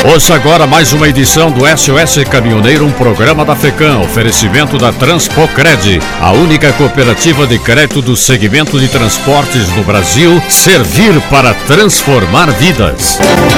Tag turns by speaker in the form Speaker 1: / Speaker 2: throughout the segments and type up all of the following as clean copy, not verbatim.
Speaker 1: Ouça agora mais uma edição do SOS Caminhoneiro, um programa da FECAM, oferecimento da Transpocred, a única cooperativa de crédito do segmento de transportes no Brasil, servir para transformar vidas.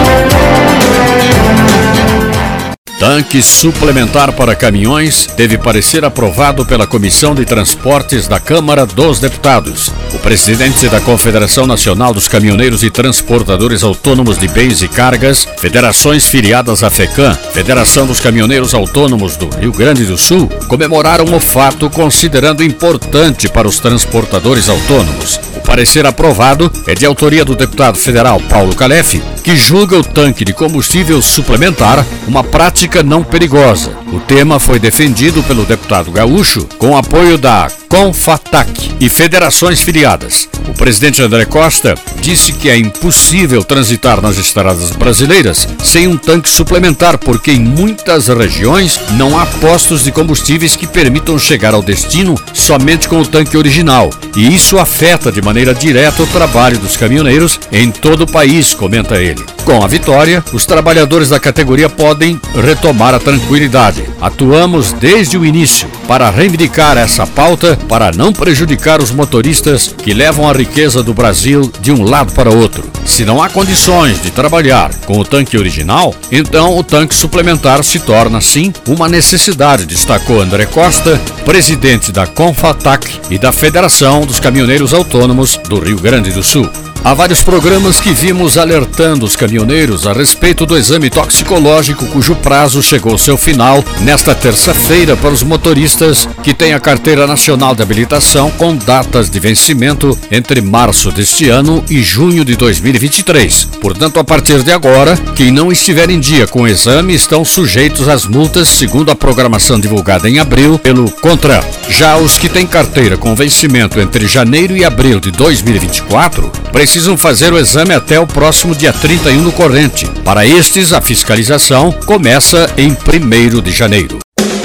Speaker 1: Tanque suplementar para caminhões deve parecer aprovado pela Comissão de Transportes da Câmara dos Deputados. O presidente da Confederação Nacional dos Caminhoneiros e Transportadores Autônomos de Bens e Cargas, federações filiadas à FECAM, Federação dos Caminhoneiros Autônomos do Rio Grande do Sul, comemoraram o fato considerando importante para os transportadores autônomos. O parecer aprovado é de autoria do deputado federal Paulo Calef, que julga o tanque de combustível suplementar uma prática não perigosa. O tema foi defendido pelo deputado gaúcho com apoio da Confatac e federações filiadas. O presidente André Costa disse que é impossível transitar nas estradas brasileiras sem um tanque suplementar, porque em muitas regiões não há postos de combustíveis que permitam chegar ao destino somente com o tanque original, e isso afeta de maneira direta o trabalho dos caminhoneiros em todo o país, comenta ele. Com a vitória, os trabalhadores da categoria podem retomar a tranquilidade. Atuamos desde o início para reivindicar essa pauta, para não prejudicar os motoristas que levam a riqueza do Brasil de um lado para outro. Se não há condições de trabalhar com o tanque original, então o tanque suplementar se torna, sim, uma necessidade, destacou André Costa, presidente da Confatac e da Federação dos Caminhoneiros Autônomos do Rio Grande do Sul. Há vários programas que vimos alertando os caminhoneiros a respeito do exame toxicológico, cujo prazo chegou ao seu final nesta terça-feira para os motoristas que têm a Carteira Nacional de Habilitação com datas de vencimento entre março deste ano e junho de 2023. Portanto, a partir de agora, quem não estiver em dia com o exame estão sujeitos às multas, segundo a programação divulgada em abril pelo CONTRAN. Já os que têm carteira com vencimento entre janeiro e abril de 2024 precisam fazer o exame até o próximo dia 31 do corrente. Para estes, a fiscalização começa em 1º de janeiro.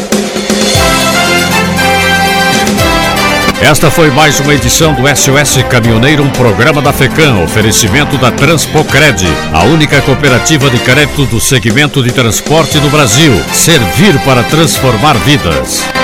Speaker 1: Esta foi mais uma edição do SOS Caminhoneiro, um programa da FECAM, oferecimento da Transpocred, a única cooperativa de crédito do segmento de transporte no Brasil, servir para transformar vidas.